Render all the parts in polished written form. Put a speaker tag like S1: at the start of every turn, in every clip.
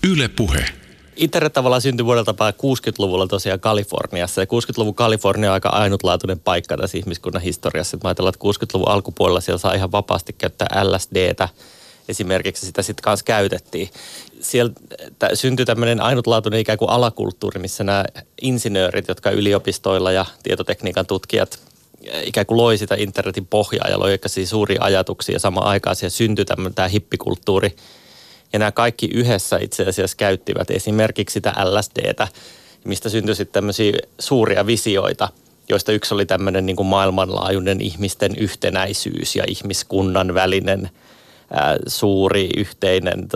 S1: Yle Puhe.
S2: Internet tavallaan syntyi vuodelta 60-luvulla tosiaan Kaliforniassa. Ja 60-luvun Kalifornia on aika ainutlaatuinen paikka tässä ihmiskunnan historiassa. Mä ajatellaan, että 60-luvun alkupuolella siellä saa ihan vapaasti käyttää LSDtä. Esimerkiksi sitä sitten kanssa käytettiin. Siellä syntyi tämmöinen ainutlaatuinen ikään kuin alakulttuuri, missä nämä insinöörit, jotka yliopistoilla ja tietotekniikan tutkijat ikään kuin loi sitä internetin pohjaa ja loi suuria ajatuksia. Ja samaan aikaan siellä syntyi tämä hippikulttuuri. Ja nämä kaikki yhdessä itse asiassa käyttivät esimerkiksi sitä LSDtä, mistä syntyi sitten tämmöisiä suuria visioita, joista yksi oli tämmöinen niin kuin maailmanlaajuinen ihmisten yhtenäisyys ja ihmiskunnan välinen suuri yhteinen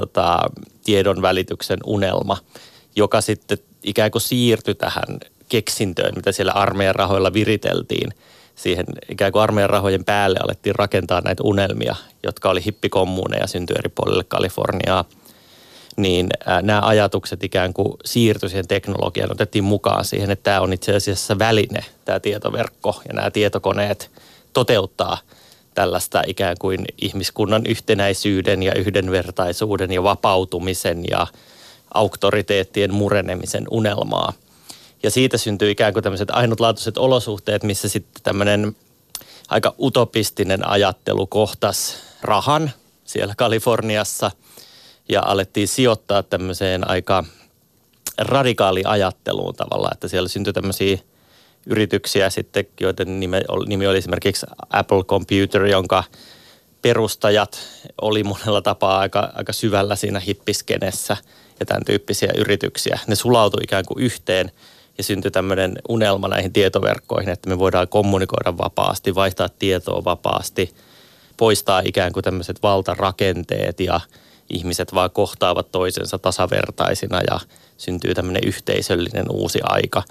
S2: tiedon välityksen unelma, joka sitten ikään kuin siirtyi tähän keksintöön, mitä siellä armeijan rahoilla viriteltiin. Siihen ikään kuin armeijan rahojen päälle alettiin rakentaa näitä unelmia, jotka oli hippikommuuneja, syntyi eri puolille Kaliforniaa. Niin nämä ajatukset ikään kuin siirtyi siihen teknologiaan, otettiin mukaan siihen, että tämä on itse asiassa väline, tämä tietoverkko ja nämä tietokoneet toteuttaa tällaista ikään kuin ihmiskunnan yhtenäisyyden ja yhdenvertaisuuden ja vapautumisen ja auktoriteettien murenemisen unelmaa. Ja siitä syntyy ikään kuin tämmöiset ainutlaatuiset olosuhteet, missä sitten tämmöinen aika utopistinen ajattelu kohtasi rahan siellä Kaliforniassa ja alettiin sijoittaa tämmöiseen aika radikaaliin ajatteluun tavallaan, että siellä syntyi tämmöisiä yrityksiä sitten, joiden nimi oli esimerkiksi Apple Computer, jonka perustajat oli monella tapaa aika syvällä siinä hippiskenessä ja tämän tyyppisiä yrityksiä. Ne sulautui ikään kuin yhteen ja syntyi tämmöinen unelma näihin tietoverkkoihin, että me voidaan kommunikoida vapaasti, vaihtaa tietoa vapaasti, poistaa ikään kuin tämmöiset valtarakenteet ja ihmiset vaan kohtaavat toisensa tasavertaisina ja syntyy tämmöinen yhteisöllinen uusi aika.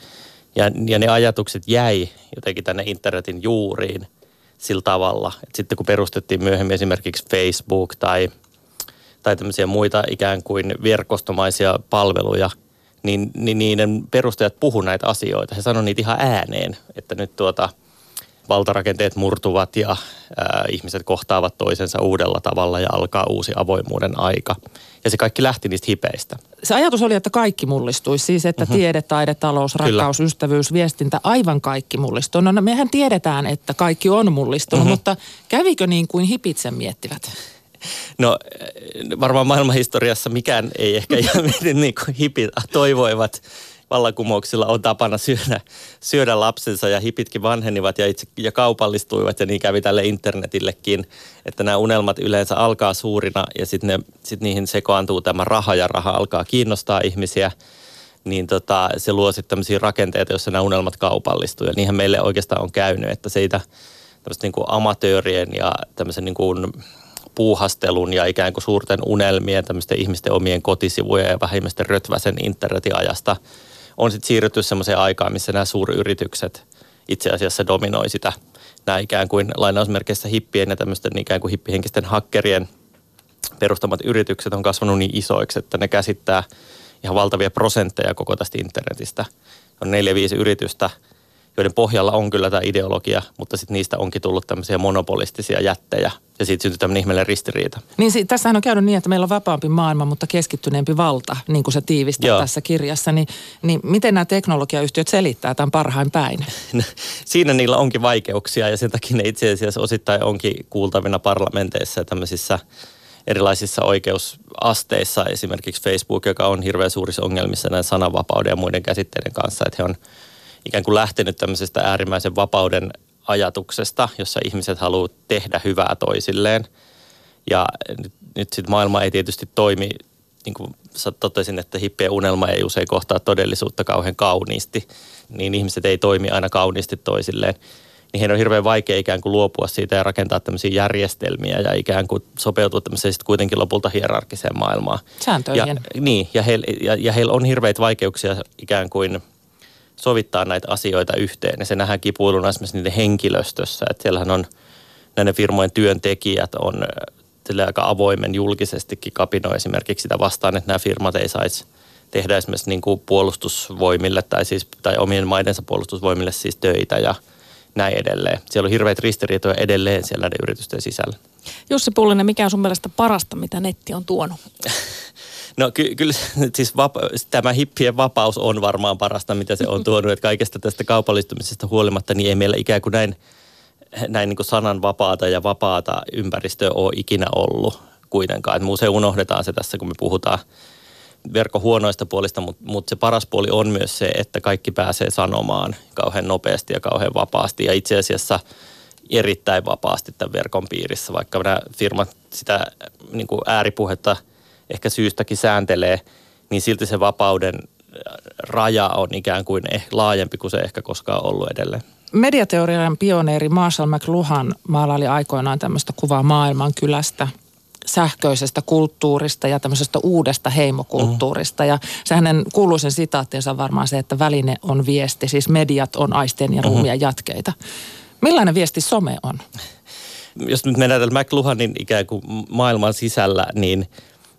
S2: Ja ne ajatukset jäi jotenkin tänne internetin juuriin sillä tavalla, että sitten kun perustettiin myöhemmin esimerkiksi Facebook tai tämmöisiä muita ikään kuin verkostomaisia palveluja, niin niiden perustajat puhu näitä asioita. He sanoi niitä ihan ääneen, että nyt valtarakenteet murtuvat ja ihmiset kohtaavat toisensa uudella tavalla ja alkaa uusi avoimuuden aika. Ja se kaikki lähti niistä hipeistä.
S3: Se ajatus oli, että kaikki mullistuisi, siis että tiede, taide, talous, rakkaus, ystävyys, viestintä, aivan kaikki mullistuu. No mehän tiedetään, että kaikki on mullistunut, mutta kävikö niin kuin hipit sen miettivät?
S2: No varmaan maailmanhistoriassa mikään ei ehkä ihan mennyt niin kuin hipit toivoivat. Vallankumouksilla on tapana syödä lapsensa ja hipitkin vanhenivat ja kaupallistuivat ja niin kävi tälle internetillekin, että nämä unelmat yleensä alkaa suurina ja sitten niihin sekoantuu tämä raha ja raha alkaa kiinnostaa ihmisiä, niin se luo sitten tämmöisiä rakenteita, joissa nämä unelmat kaupallistuu ja niinhän meille oikeastaan on käynyt, että siitä tämmöistä niin kuin amatöörien ja tämmöisen niin kuin puuhastelun ja ikään kuin suurten unelmien, tämmöisten ihmisten omien kotisivujen ja vähän ihmisten rötväsen internetin ajasta on sitten siirrytty semmoiseen aikaan, missä nämä suuryritykset itse asiassa dominoi sitä. Nämä ikään kuin lainausmerkeissä hippien ja tämmöisten ikään kuin hippihenkisten hakkerien perustamat yritykset on kasvanut niin isoiksi, että ne käsittää ihan valtavia prosentteja koko tästä internetistä. On 4-5 yritystä, joiden pohjalla on kyllä tämä ideologia, mutta sitten niistä onkin tullut tämmöisiä monopolistisia jättejä. Ja siitä syntyy tämmöinen ihmeellinen ristiriita.
S3: Niin tässähän on käynyt niin, että meillä on vapaampi maailma, mutta keskittyneempi valta, niin kuin se tiivistää tässä kirjassa. Niin miten nämä teknologiayhtiöt selittää tämän parhain päin?
S2: Siinä niillä onkin vaikeuksia ja sen takia ne itse asiassa osittain onkin kuultavina parlamenteissa ja tämmöisissä erilaisissa oikeusasteissa. Esimerkiksi Facebook, joka on hirveän suurissa ongelmissa näiden sananvapauden ja muiden käsitteiden kanssa, että he on ikään kuin lähtenyt tämmöisestä äärimmäisen vapauden ajatuksesta, jossa ihmiset haluaa tehdä hyvää toisilleen. Ja nyt sitten maailma ei tietysti toimi, niin kuin totesin, että hippien unelma ei usein kohtaa todellisuutta kauhean kauniisti, niin ihmiset ei toimi aina kauniisti toisilleen. Niin heidän on hirveän vaikea ikään kuin luopua siitä ja rakentaa tämmöisiä järjestelmiä ja ikään kuin sopeutua tämmöiseen sitten kuitenkin lopulta hierarkiseen maailmaan.
S3: Sääntöihin.
S2: Ja heillä on hirveitä vaikeuksia ikään kuin sovittaa näitä asioita yhteen. Ja se nähdään kipuiluna esimerkiksi niiden henkilöstössä. Että siellähän on näiden firmojen työntekijät on aika avoimen julkisestikin kapinoi esimerkiksi sitä vastaan, että nämä firmat ei saisi tehdä esimerkiksi niin kuin puolustusvoimille tai omien maidensa puolustusvoimille siis töitä ja näin edelleen. Siellä on hirveät ristiriitoja edelleen siellä näiden yritysten sisällä.
S4: Jussi Pullinen, mikä on sun mielestä parasta, mitä netti on tuonut?
S2: No kyllä siis tämä hippien vapaus on varmaan parasta, mitä se on tuonut. Että kaikesta tästä kaupallistumisesta huolimatta, niin ei meillä ikään kuin näin niin kuin sananvapaata ja vapaata ympäristöä ole ikinä ollut kuitenkaan. Että usein unohdetaan se tässä, kun me puhutaan verkon huonoista puolista, mutta se paras puoli on myös se, että kaikki pääsee sanomaan kauhean nopeasti ja kauhean vapaasti. Ja itse asiassa erittäin vapaasti tämän verkon piirissä, vaikka nämä firmat sitä niin kuin ääripuhetta ehkä syystäkin sääntelee, niin silti se vapauden raja on ikään kuin laajempi kuin se ehkä koskaan ollut edelleen.
S3: Mediateorian pioneeri Marshall McLuhan maalaili aikoinaan tämmöistä kuvaa maailmankylästä, sähköisestä kulttuurista ja tämmöisestä uudesta heimokulttuurista. Ja se hänen kuuluisen sitaattinsa on varmaan se, että väline on viesti, siis mediat on aisteen ja ruumiin jatkeita. Millainen viesti some on?
S2: Jos nyt mennään tällä McLuhanin ikään kuin maailman sisällä, niin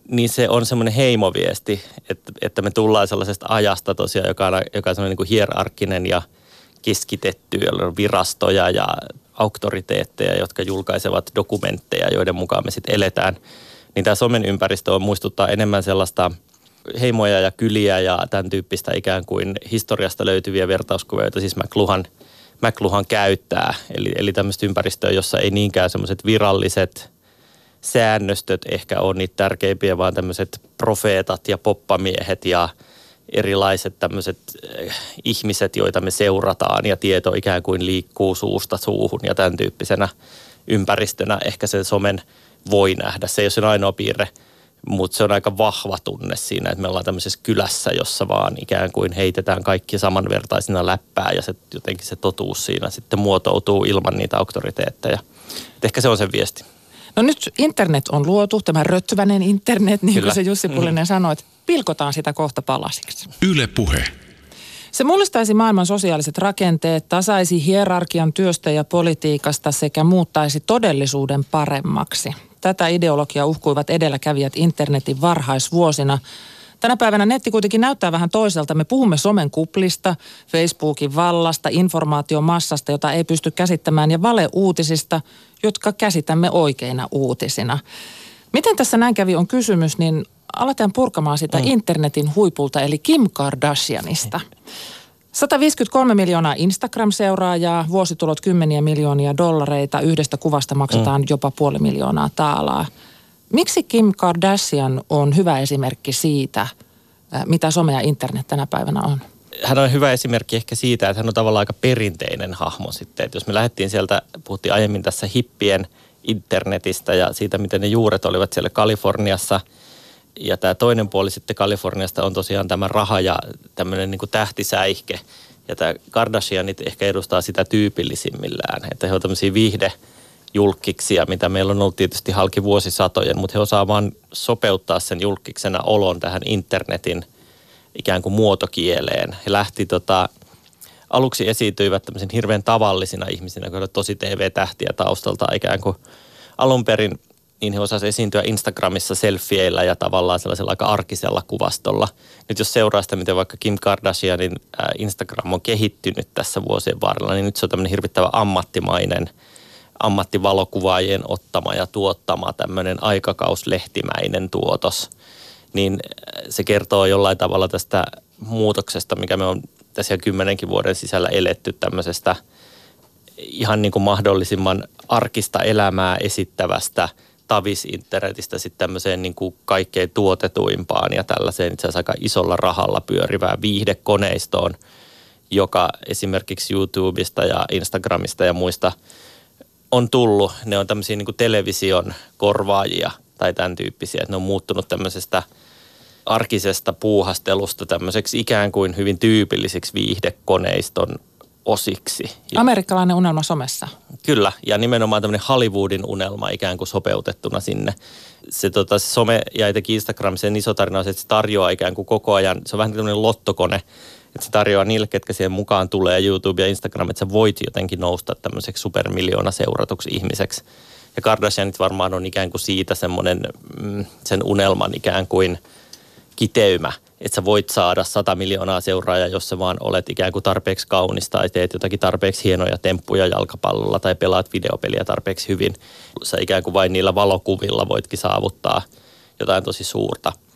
S2: se on semmoinen heimoviesti, että me tullaan sellaisesta ajasta tosiaan, joka on semmoinen niin kuin hierarkkinen ja keskitetty, jolla on virastoja ja auktoriteetteja, jotka julkaisevat dokumentteja, joiden mukaan me sitten eletään. Niin tämä somen ympäristö muistuttaa enemmän sellaista heimoja ja kyliä ja tämän tyyppistä ikään kuin historiasta löytyviä vertauskuvia, joita siis McLuhan käyttää. Eli tämmöistä ympäristöä, jossa ei niinkään semmoiset viralliset säännöstöt ehkä ole niitä tärkeimpiä, vaan tämmöiset profeetat ja poppamiehet ja erilaiset tämmöiset ihmiset, joita me seurataan ja tieto ikään kuin liikkuu suusta suuhun ja tämän tyyppisenä ympäristönä ehkä sen somen voi nähdä. Se ei ole sen ainoa piirre, mutta se on aika vahva tunne siinä, että me ollaan tämmöisessä kylässä, jossa vaan ikään kuin heitetään kaikki samanvertaisina läppää ja jotenkin se totuus siinä sitten muotoutuu ilman niitä auktoriteetteja. Et ehkä se on sen viesti.
S3: No nyt internet on luotu, tämä röttyväinen internet, niin kuin se Jussi Pullinen sanoi, että pilkotaan sitä kohta palasiksi.
S1: Yle Puhe.
S3: Se mullistaisi maailman sosiaaliset rakenteet, tasaisi hierarkian työstä ja politiikasta sekä muuttaisi todellisuuden paremmaksi. Tätä ideologiaa uhkuivat edelläkävijät internetin varhaisvuosina. Tänä päivänä netti kuitenkin näyttää vähän toiselta. Me puhumme somen kuplista, Facebookin vallasta, informaatiomassasta, jota ei pysty käsittämään, ja valeuutisista, jotka käsitämme oikeina uutisina. Miten tässä näin kävi on kysymys, niin aletaan purkamaan sitä internetin huipulta, eli Kim Kardashianista. 153 miljoonaa Instagram-seuraajaa, vuositulot $10 miljoonia, yhdestä kuvasta maksetaan jopa $500,000 taalaa. Miksi Kim Kardashian on hyvä esimerkki siitä, mitä some ja internet tänä päivänä on?
S2: Hän on hyvä esimerkki ehkä siitä, että hän on tavallaan aika perinteinen hahmo sitten. Että jos me lähdettiin sieltä, puhuttiin aiemmin tässä hippien internetistä ja siitä, miten ne juuret olivat siellä Kaliforniassa. Ja tämä toinen puoli sitten Kaliforniasta on tosiaan tämä raha ja tämmöinen niin kuin tähtisäihke. Ja tämä Kardashianit ehkä edustaa sitä tyypillisimmillään, että he on tämmöisiä julkkiksia, mitä meillä on ollut tietysti halki vuosisatojen, mutta he osaa vaan sopeuttaa sen julkiksena olon tähän internetin ikään kuin muotokieleen. He lähti aluksi esiintyivät tämmöisen hirveän tavallisina ihmisinä, jotka olivat tosi TV-tähtiä taustalta ikään kuin alun perin, niin he osasivat esiintyä Instagramissa selfieillä ja tavallaan sellaisella aika arkisella kuvastolla. Nyt jos seuraa sitä, miten vaikka Kim Kardashianin Instagram on kehittynyt tässä vuosien varrella, niin nyt se on tämmöinen hirvittävä ammattimainen, ammattivalokuvaajien ottama ja tuottama tämmöinen aikakauslehtimäinen tuotos. Niin se kertoo jollain tavalla tästä muutoksesta, mikä me on tässä 10 vuoden sisällä eletty tämmöisestä ihan niin kuin mahdollisimman arkista elämää esittävästä tavis-internetistä sitten tämmöiseen niin kuin kaikkein tuotetuimpaan ja tällaiseen itse asiassa aika isolla rahalla pyörivään viihdekoneistoon, joka esimerkiksi YouTubesta ja Instagramista ja muista on tullut. Ne on tämmöisiä niin kuin television korvaajia tai tämän tyyppisiä, että ne on muuttunut tämmöisestä arkisesta puuhastelusta tämmöiseksi ikään kuin hyvin tyypillisiksi viihdekoneiston osiksi.
S3: Amerikkalainen unelma somessa.
S2: Kyllä, ja nimenomaan tämmöinen Hollywoodin unelma ikään kuin sopeutettuna sinne. Se some ja etenkin Instagram, sen iso tarina on se, että se tarjoaa ikään kuin koko ajan, se on vähän tämmöinen lottokone, että se tarjoaa niille, ketkä siihen mukaan tulee, YouTube ja Instagram, että sä voit jotenkin nousta tämmöiseksi supermiljoona seuratuksi ihmiseksi. Ja Kardashianit varmaan on ikään kuin siitä semmoinen, sen unelman ikään kuin kiteymä, että sä voit saada 100 miljoonaa seuraajaa, jos sä vaan olet ikään kuin tarpeeksi kaunis tai teet jotakin tarpeeksi hienoja temppuja jalkapallolla tai pelaat videopeliä tarpeeksi hyvin. Sä ikään kuin vain niillä valokuvilla voitkin saavuttaa jotain tosi suurta.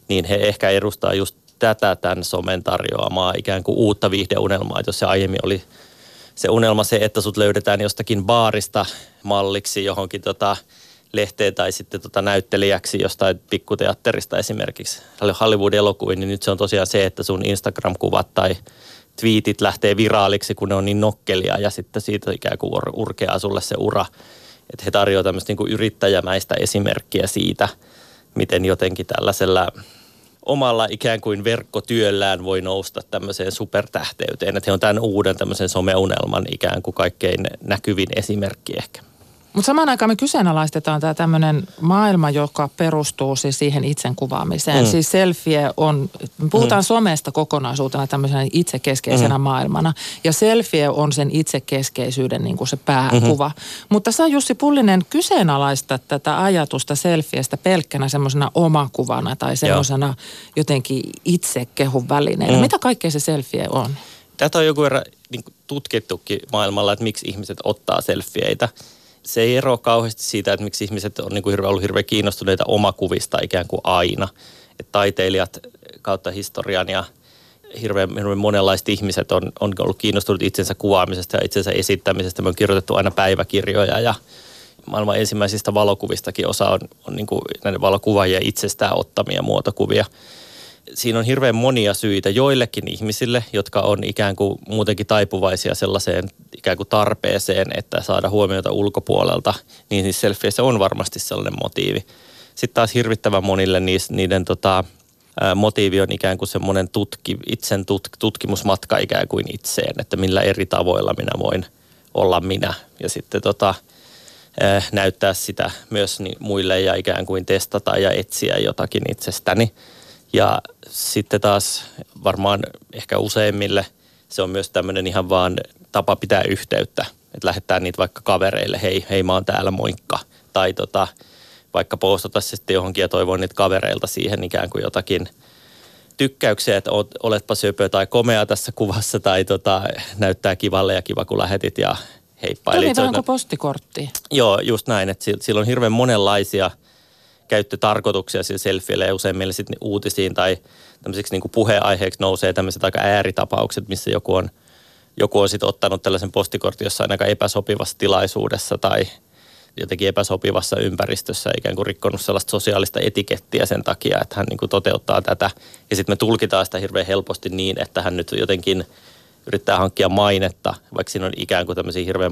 S2: niin he ehkä edustaa just tätä tämän somen tarjoamaa ikään kuin uutta viihdeunelmaa. Että jos se aiemmin oli se unelma se, että sut löydetään jostakin baarista malliksi johonkin lehteen tai sitten näyttelijäksi jostain pikkuteatterista esimerkiksi Hollywood-elokuviin, niin nyt se on tosiaan se, että sun Instagram-kuvat tai twiitit lähtee viraaliksi, kun ne on niin nokkelia ja sitten siitä ikään kuin urkeaa sulle se ura. Että he tarjoavat tämmöistä niin kuin yrittäjämäistä esimerkkiä siitä, miten jotenkin tällaisella omalla ikään kuin verkkotyöllään voi nousta tämmöiseen supertähteyteen. Että he on tämän uuden tämmöisen someunelman ikään kuin kaikkein näkyvin esimerkki ehkä.
S3: Mutta samaan aikaan me kyseenalaistetaan tämä tämmöinen maailma, joka perustuu siis siihen itsen kuvaamiseen. Siis selfie on, puhutaan somesta kokonaisuutena tämmöisenä itsekeskeisenä maailmana. Ja selfie on sen itsekeskeisyyden niin kuin se pääkuva. Mutta sä Jussi Pullinen kyseenalaistat tätä ajatusta selfiestä pelkkänä semmoisena omakuvana tai semmoisena jotenkin itsekehun välineenä. Mitä kaikkea se selfie on?
S2: Tätä on joku verran niin kuin tutkittukin maailmalla, että miksi ihmiset ottaa selfieitä. Se ei eroa kauheasti siitä, että miksi ihmiset on niin kuin ollut hirveän kiinnostuneita omakuvista ikään kuin aina. Että taiteilijat kautta historian ja hirveän monenlaiset ihmiset on ollut kiinnostunut itsensä kuvaamisesta ja itsensä esittämisestä. Me on kirjoitettu aina päiväkirjoja ja maailman ensimmäisistä valokuvistakin osa on niin kuin näiden valokuvaajien itsestään ottamia muotokuvia. Siinä on hirveän monia syitä joillekin ihmisille, jotka on ikään kuin muutenkin taipuvaisia sellaiseen ikään kuin tarpeeseen, että saada huomiota ulkopuolelta, niin selfieissä on varmasti sellainen motiivi. Sitten taas hirvittävän monille niiden motiivi on ikään kuin semmoinen tutkimusmatka ikään kuin itseen, että millä eri tavoilla minä voin olla minä ja sitten näyttää sitä myös muille ja ikään kuin testata ja etsiä jotakin itsestäni. Ja sitten taas varmaan ehkä useimmille se on myös tämmöinen ihan vaan tapa pitää yhteyttä. Että lähettää niitä vaikka kavereille, hei mä oon täällä, moikka. Tai vaikka postata sitten johonkin ja toivon niitä kavereilta siihen ikään kuin jotakin tykkäyksiä, että oletpa söpö tai komea tässä kuvassa tai näyttää kivalle ja kiva kun lähetit ja heippailit.
S3: Tuli vähän kuin postikortti.
S2: Joo, just näin, että sillä on hirveän monenlaisia käyttötarkoituksia sillä selfieillä ja useimmille sitten uutisiin tai tämmöiseksi niin kuin puheenaiheeksi nousee tämmöiset aika ääritapaukset, missä joku on sitten ottanut tällaisen postikortin jossain aika epäsopivassa tilaisuudessa tai jotenkin epäsopivassa ympäristössä, ikään kuin rikkonut sellaista sosiaalista etikettiä sen takia, että hän niin kuin toteuttaa tätä. Ja sitten me tulkitaan sitä hirveän helposti niin, että hän nyt jotenkin yrittää hankkia mainetta, vaikka siinä on ikään kuin tämmöisiä hirveän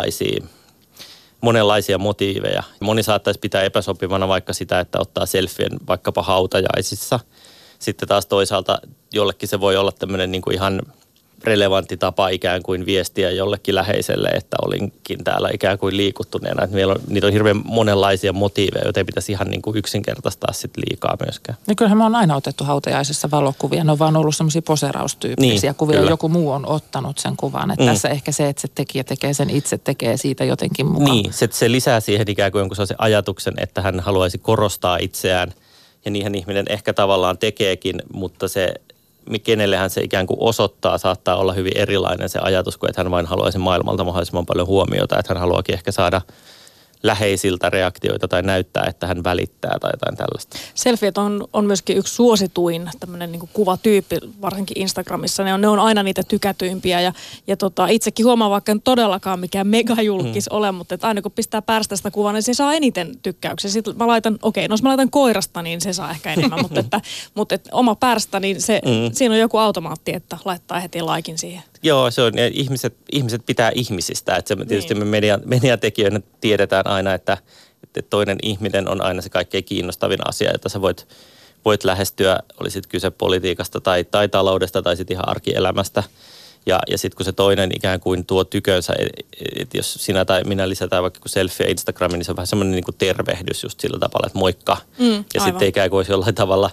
S2: monenlaisia motiiveja. Moni saattaisi pitää epäsopivana vaikka sitä, että ottaa selfien vaikkapa hautajaisissa. Sitten taas toisaalta jollekin se voi olla tämmöinen niin kuin ihan relevantti tapa ikään kuin viestiä jollekin läheiselle, että olinkin täällä ikään kuin liikuttuneena. Että niitä on hirveän monenlaisia motiiveja, joita ei pitäisi ihan niin kuin yksinkertaistaa sitten liikaa myöskään.
S3: Ja kyllähän me on aina otettu hautajaisissa valokuvia. Ne on vaan ollut semmoisia poseraustyyppisiä kuvia. Kyllä. Joku muu on ottanut sen kuvan. Että tässä ehkä se, että se tekijä tekee sen itse, tekee siitä jotenkin mukaan.
S2: Niin, se lisää siihen ikään kuin jonkun sellaisen ajatuksen, että hän haluaisi korostaa itseään. Ja niinhän ihminen ehkä tavallaan tekeekin, mutta se kenelle hän se ikään kuin osoittaa, saattaa olla hyvin erilainen se ajatus, kuin että hän vain haluaisi maailmalta mahdollisimman paljon huomiota, että hän haluakin ehkä saada läheisiltä reaktioita tai näyttää, että hän välittää tai jotain tällaista.
S1: Selfiet on myöskin yksi suosituin tämmöinen niin kuin kuvatyyppi, varsinkin Instagramissa. Ne on aina niitä tykätyimpiä ja itsekin huomaa, vaikka en todellakaan mikään megajulkis ole, mutta että aina kun pistää päästä sitä kuvaa, niin se saa eniten tykkäyksiä. Sitten mä laitan, jos mä laitan koirasta, niin se saa ehkä enemmän, mutta oma päästä, niin siinä on joku automaatti, että laittaa heti laikin siihen.
S2: Joo, se on. Ja ihmiset pitää ihmisistä. Että se, tietysti me mediatekijöinä tiedetään aina, että toinen ihminen on aina se kaikkein kiinnostavin asia, jota sä voit lähestyä, oli sitten kyse politiikasta tai taloudesta tai sitten ihan arkielämästä. Ja sitten kun se toinen ikään kuin tuo tykönsä, että jos sinä tai minä lisätään vaikka selfie Instagramiin, niin se on vähän semmoinen niin kuin tervehdys just sillä tavalla, että moikka. Ja sitten ikään kuin olisi jollain tavalla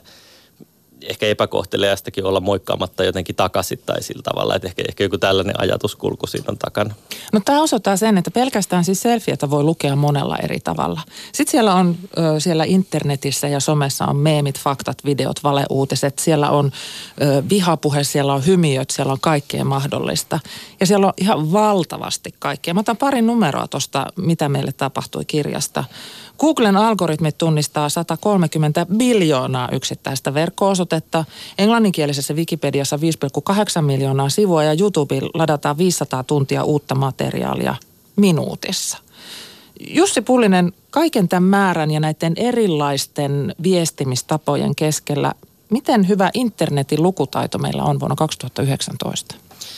S2: ehkä epäkohteliaistakin olla moikkaamatta jotenkin takaisin tai sillä tavalla, että ehkä joku tällainen ajatuskulku siinä on takana.
S3: No tämä osoittaa sen, että pelkästään siis selfietä voi lukea monella eri tavalla. Sitten siellä on siellä internetissä ja somessa on meemit, faktat, videot, valeuutiset, siellä on vihapuhe, siellä on hymiöt, siellä on kaikkea mahdollista. Ja siellä on ihan valtavasti kaikkea. Mä otan pari numeroa tuosta, mitä meille tapahtui kirjasta. Googlen algoritmit tunnistaa 130 biljoonaa yksittäistä verkko-osoitetta. Englanninkielisessä Wikipediassa 5,8 miljoonaa sivua ja YouTubeen ladataan 500 tuntia uutta materiaalia minuutissa. Jussi Pullinen, kaiken tämän määrän ja näiden erilaisten viestimistapojen keskellä, miten hyvä internetin lukutaito meillä on vuonna 2019?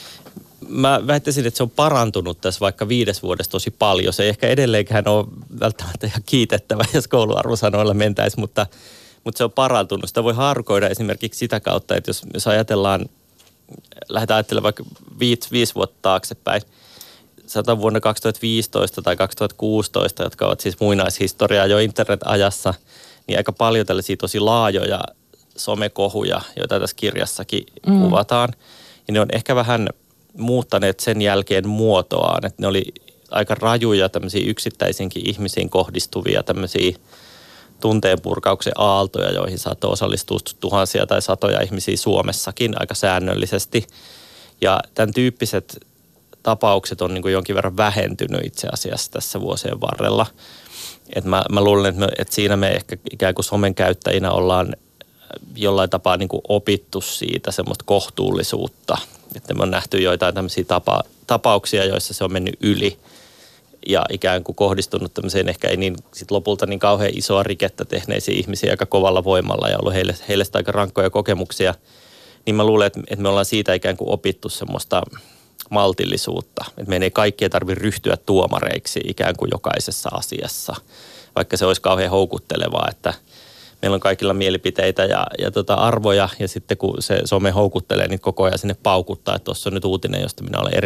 S2: Mä väittäisin, että se on parantunut tässä vaikka 5 vuodessa tosi paljon. Se ei ehkä edelleenkään ole välttämättä ihan kiitettävä, jos kouluarvosanoilla mentäisiin, mutta se on parantunut. Sitä voi haarukoida esimerkiksi sitä kautta, että jos ajatellaan, lähdetään ajattelemaan vaikka 5 vuotta taaksepäin, sanotaan vuonna 2015 tai 2016, jotka ovat siis muinaishistoriaa jo internet-ajassa, niin aika paljon tällaisia tosi laajoja somekohuja, joita tässä kirjassakin kuvataan. Ja ne on ehkä vähän muuttaneet sen jälkeen muotoaan, että ne oli aika rajuja tämmöisiä yksittäisinkin ihmisiin kohdistuvia tämmöisiä tunteenpurkauksen aaltoja, joihin saattoi osallistua tuhansia tai satoja ihmisiä Suomessakin aika säännöllisesti. Ja tämän tyyppiset tapaukset on niin kuin jonkin verran vähentynyt itse asiassa tässä vuosien varrella. Et mä luulen, että siinä me ehkä ikään kuin somen käyttäjinä ollaan jollain tapaa niin kuin opittu siitä semmoista kohtuullisuutta. Että me on nähty joitain tämmöisiä tapauksia, joissa se on mennyt yli ja ikään kuin kohdistunut tämmöiseen ehkä ei niin sit lopulta niin kauhean isoa rikettä tehneisiin ihmisiä aika kovalla voimalla ja ollut heille sitä aika rankkoja kokemuksia. Niin mä luulen, että me ollaan siitä ikään kuin opittu semmoista maltillisuutta. Että meidän ei kaikkien tarvitse ryhtyä tuomareiksi ikään kuin jokaisessa asiassa, vaikka se olisi kauhean houkuttelevaa, että meillä on kaikilla mielipiteitä ja arvoja ja sitten kun se some houkuttelee, niin koko ajan sinne paukuttaa, että tuossa on nyt uutinen, josta minä olen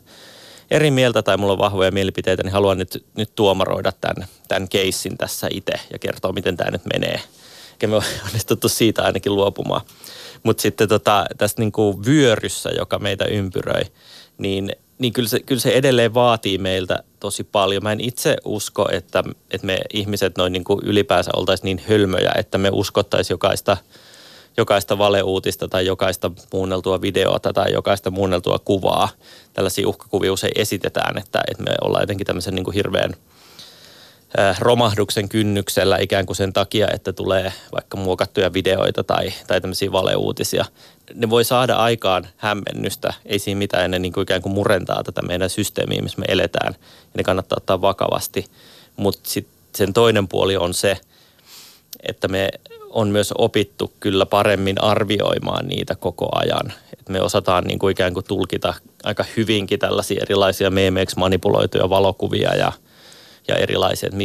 S2: eri mieltä tai mulla on vahvoja mielipiteitä, niin haluan nyt tuomaroida tämän keissin tässä itse ja kertoa, miten tämä nyt menee. Ja me on onnistuttu siitä ainakin luopumaan. Mutta sitten tästä niin kuin vyöryssä, joka meitä ympyröi, niin kyllä se edelleen vaatii meiltä tosi paljon. Mä en itse usko, että me ihmiset noin niin kuin ylipäänsä oltaisiin niin hölmöjä, että me uskottaisiin jokaista valeuutista tai jokaista muunneltua videota tai jokaista muunneltua kuvaa. Tällaisia uhkakuvia usein esitetään, että me ollaan jotenkin tämmöisen niin kuin hirveän romahduksen kynnyksellä ikään kuin sen takia, että tulee vaikka muokattuja videoita tai tämmöisiä valeuutisia. Ne voi saada aikaan hämmennystä, ei siinä mitään, ne niin kuin ikään kuin murentaa tätä meidän systeemiä, missä me eletään ja ne kannattaa ottaa vakavasti. Mutta sitten sen toinen puoli on se, että me on myös opittu kyllä paremmin arvioimaan niitä koko ajan. Et me osataan niin kuin ikään kuin tulkita aika hyvinkin tällaisia erilaisia meemeiksi manipuloituja valokuvia ja erilaisia, että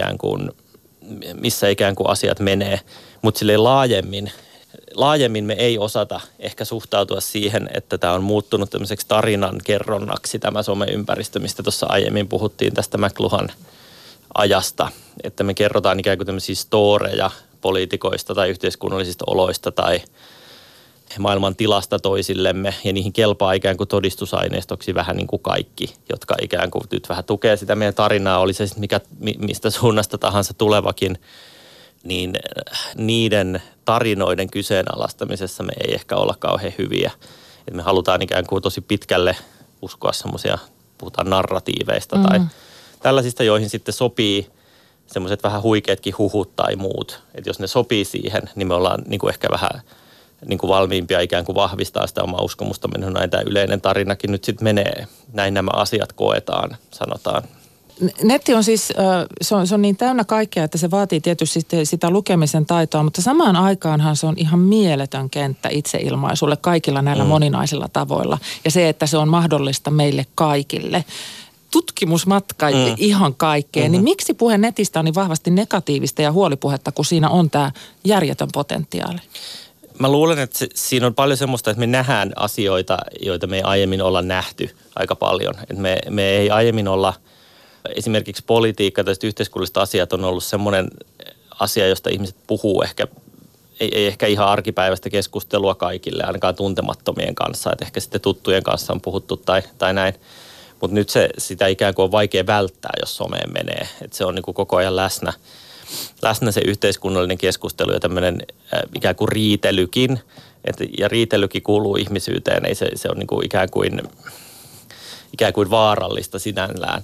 S2: missä ikään kuin asiat menee. Mutta silleen laajemmin me ei osata ehkä suhtautua siihen, että tämä on muuttunut tämmöiseksi tarinan kerronnaksi tämä someympäristö, mistä tuossa aiemmin puhuttiin tästä McLuhan ajasta. Että me kerrotaan ikään kuin tämmöisiä storeja poliitikoista tai yhteiskunnallisista oloista tai maailman tilasta toisillemme ja niihin kelpaa ikään kuin todistusaineistoksi vähän niin kuin kaikki, jotka ikään kuin nyt vähän tukee sitä meidän tarinaa, oli se sitten mistä suunnasta tahansa tulevakin, niin niiden tarinoiden kyseenalaistamisessa me ei ehkä olla kauhean hyviä. Et me halutaan ikään kuin tosi pitkälle uskoa semmoisia, puhutaan narratiiveista tai tällaisista, joihin sitten sopii semmoiset vähän huikeatkin huhut tai muut. Että jos ne sopii siihen, niin me ollaan niin kuin ehkä vähän niin kuin valmiimpia ikään kuin vahvistaa sitä omaa uskomusta. Näin tämä yleinen tarinakin nyt sitten menee. Näin nämä asiat koetaan, sanotaan.
S3: Netti on siis, se on niin täynnä kaikkea, että se vaatii tietysti sitä lukemisen taitoa, mutta samaan aikaanhan se on ihan mieletön kenttä itseilmaisulle kaikilla näillä moninaisilla tavoilla. Ja se, että se on mahdollista meille kaikille. Tutkimusmatka ihan kaikkeen, niin miksi puhe netistä on niin vahvasti negatiivista ja huolipuhetta, kun siinä on tämä järjetön potentiaali?
S2: Mä luulen, että siinä on paljon semmoista, että me nähdään asioita, joita me ei aiemmin olla nähty aika paljon. Että me ei aiemmin olla, esimerkiksi politiikka tai yhteiskunnalliset asiat on ollut semmoinen asia, josta ihmiset puhuu ehkä, ei ehkä ihan arkipäiväistä keskustelua kaikille, ainakaan tuntemattomien kanssa. Että ehkä sitten tuttujen kanssa on puhuttu tai näin. Mutta nyt sitä ikään kuin on vaikea välttää, jos someen menee. Että se on niin kuin koko ajan läsnä se yhteiskunnallinen keskustelu ja tämmöinen ikään kuin riitelykin. Ja riitelykin kuuluu ihmisyyteen, ei se on niin kuin ikään kuin vaarallista sinällään.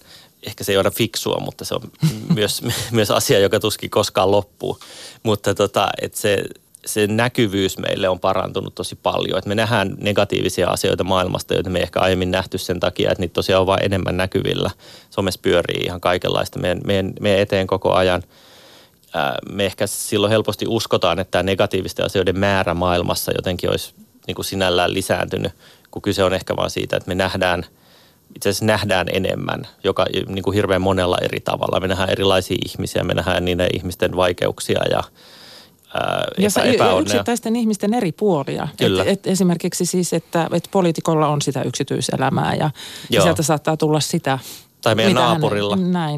S2: ehkä se ei ole fiksua, mutta se on myös asia, joka tuskin koskaan loppuu. Mutta että se näkyvyys meille on parantunut tosi paljon. Että me nähdään negatiivisia asioita maailmasta, joita me ei ehkä aiemmin nähty sen takia, että niitä tosiaan on vaan enemmän näkyvillä. Somessa pyörii ihan kaikenlaista meidän eteen koko ajan. Me ehkä silloin helposti uskotaan, että tämä negatiivisten asioiden määrä maailmassa jotenkin olisi niin kuin sinällään lisääntynyt, kun kyse on ehkä vaan siitä, että me itse asiassa nähdään enemmän, joka niin kuin hirveän monella eri tavalla. Me nähdään erilaisia ihmisiä, me nähdään niiden ihmisten vaikeuksia ja
S3: yksittäisten ihmisten eri puolia. Esimerkiksi siis, että poliitikolla on sitä yksityiselämää ja sieltä saattaa tulla sitä.
S2: Tai meidän naapurilla.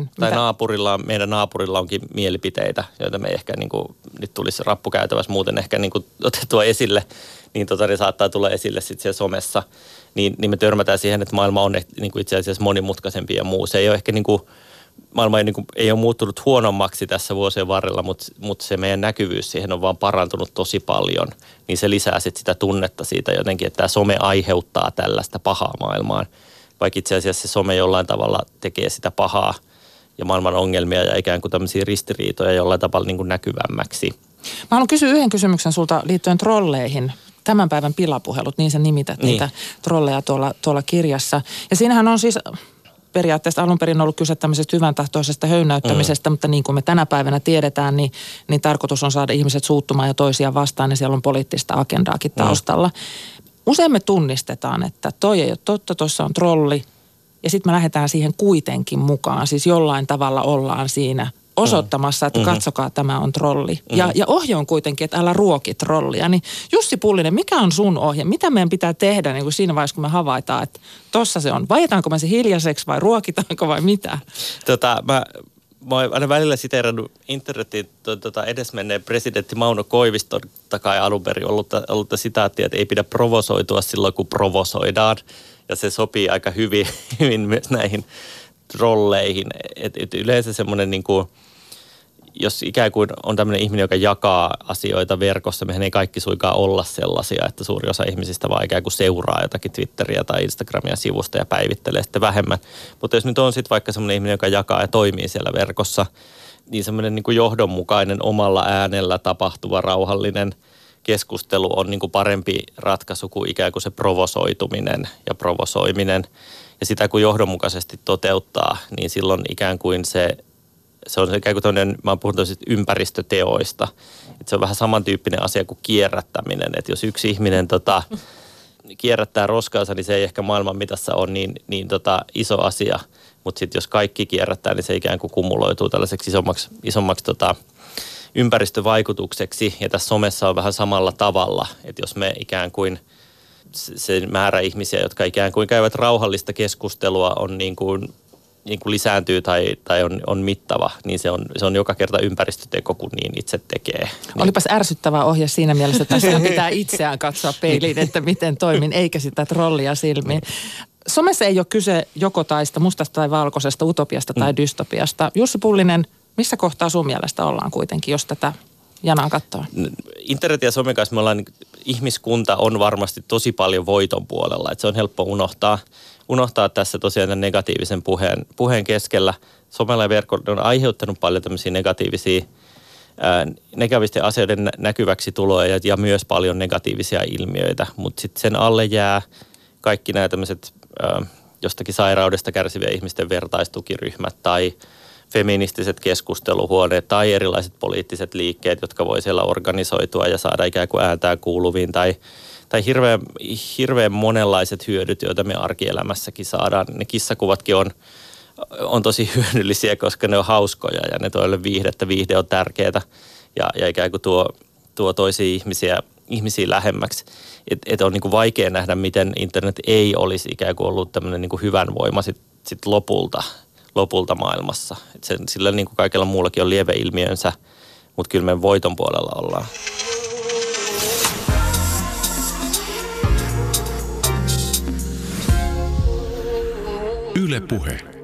S2: Meidän naapurilla onkin mielipiteitä, joita me ehkä niin kuin, nyt tulisi rappukäytävässä muuten ehkä niin kuin otettua esille, niin ne saattaa tulla esille sitten siellä somessa. Niin me törmätään siihen, että maailma on niin kuin itse asiassa monimutkaisempi ja muu. Se ei ole ehkä niin kuin, maailma ei ole muuttunut huonommaksi tässä vuosien varrella, mutta se meidän näkyvyys siihen on vaan parantunut tosi paljon. Niin se lisää sitten sitä tunnetta siitä jotenkin, että tämä some aiheuttaa tällaista pahaa maailmaan. Vaikka itse asiassa se some jollain tavalla tekee sitä pahaa ja maailman ongelmia ja ikään kuin tämmöisiä ristiriitoja jollain tavalla niin kuin näkyvämmäksi.
S3: Mä haluan kysyä yhden kysymyksen sulta liittyen trolleihin. Tämän päivän pilapuhelut, niin sä nimität niitä trolleja tuolla kirjassa. Ja siinähän on siis periaatteessa alun perin ollut kyse tämmöisestä hyvän tahtoisesta höynäyttämisestä, mutta niin kuin me tänä päivänä tiedetään, niin tarkoitus on saada ihmiset suuttumaan ja toisia vastaan ja siellä on poliittista agendaakin taustalla. Usein me tunnistetaan, että toi ei ole totta, tuossa on trolli ja sitten me lähdetään siihen kuitenkin mukaan. Siis jollain tavalla ollaan siinä osoittamassa, että katsokaa, tämä on trolli. Ja ohje on kuitenkin, että älä ruoki trollia. Niin Jussi Pullinen, mikä on sun ohje? Mitä meidän pitää tehdä niin kuin siinä vaiheessa, kun me havaitaan, että tossa se on? Vaietaanko me se hiljaiseksi vai ruokitaanko vai mitä?
S2: Mä oon aina välillä siteerannut internetin edesmenneen presidentti Mauno Koiviston takai alun perin ollut sitaattia, että ei pidä provosoitua silloin, kun provosoidaan. Ja se sopii aika hyvin myös näihin trolleihin. Et yleensä semmoinen, niin kuin, jos ikään kuin on tämmöinen ihminen, joka jakaa asioita verkossa, mehän ei kaikki suinkaan olla sellaisia, että suuri osa ihmisistä vaan ikään kuin seuraa jotakin Twitteriä tai Instagramia sivusta ja päivittelee sitten vähemmän. Mutta jos nyt on sitten vaikka semmoinen ihminen, joka jakaa ja toimii siellä verkossa, niin semmoinen niin kuin johdonmukainen omalla äänellä tapahtuva rauhallinen keskustelu on niin kuin parempi ratkaisu kuin ikään kuin se provosoituminen ja provosoiminen. Ja sitä kun johdonmukaisesti toteuttaa, niin silloin ikään kuin se on ikään kuin tämmöinen, mä oon puhunut ympäristöteoista. Että se on vähän samantyyppinen asia kuin kierrättäminen. Että jos yksi ihminen kierrättää roskaansa, niin se ei ehkä maailman mitassa ole niin iso asia. Mutta sitten jos kaikki kierrättää, niin se ikään kuin kumuloituu tällaiseksi isommaksi ympäristövaikutukseksi. Ja tässä somessa on vähän samalla tavalla, että jos me ikään kuin se määrä ihmisiä, jotka ikään kuin käyvät rauhallista keskustelua, on niin kuin lisääntyy tai on mittava, niin se on joka kerta ympäristöteko, kun niin itse tekee.
S3: Olipas ärsyttävä ohje siinä mielessä, että tässä pitää itseään katsoa peiliin, että miten toimin, eikä sitä trollia silmiin. Somessa ei ole kyse joko taista, mustasta tai valkoisesta, utopiasta tai dystopiasta. Jussi Pullinen, missä kohtaa sun mielestä ollaan kuitenkin, jos tätä janaa katsoo?
S2: Internet ja somen kanssa me ollaan, ihmiskunta on varmasti tosi paljon voiton puolella, että se on helppo unohtaa tässä tosiaan tämän negatiivisen puheen keskellä. Somella ja verkolla on aiheuttanut paljon tämmöisiä negatiivisten asioiden näkyväksi tuloja ja myös paljon negatiivisia ilmiöitä, mutta sitten sen alle jää kaikki nämä tämmöiset jostakin sairaudesta kärsivien ihmisten vertaistukiryhmät tai feministiset keskusteluhuoneet tai erilaiset poliittiset liikkeet, jotka voi siellä organisoitua ja saada ikään kuin ääntää kuuluviin tai hirveän monenlaiset hyödyt, joita me arkielämässäkin saadaan. Ne kissakuvatkin on tosi hyödyllisiä, koska ne on hauskoja ja ne toille viihdettä. Viihde on tärkeää ja ikään kuin tuo toisia ihmisiä lähemmäksi. Et on niin kuin vaikea nähdä, miten internet ei olisi ikään kuin ollut tämmöinen niin kuin hyvän voima sit lopulta maailmassa. Sillä niin kuin kaikella muullakin on lieveilmiönsä, mutta kyllä me voiton puolella ollaan.
S4: Yle Puhe.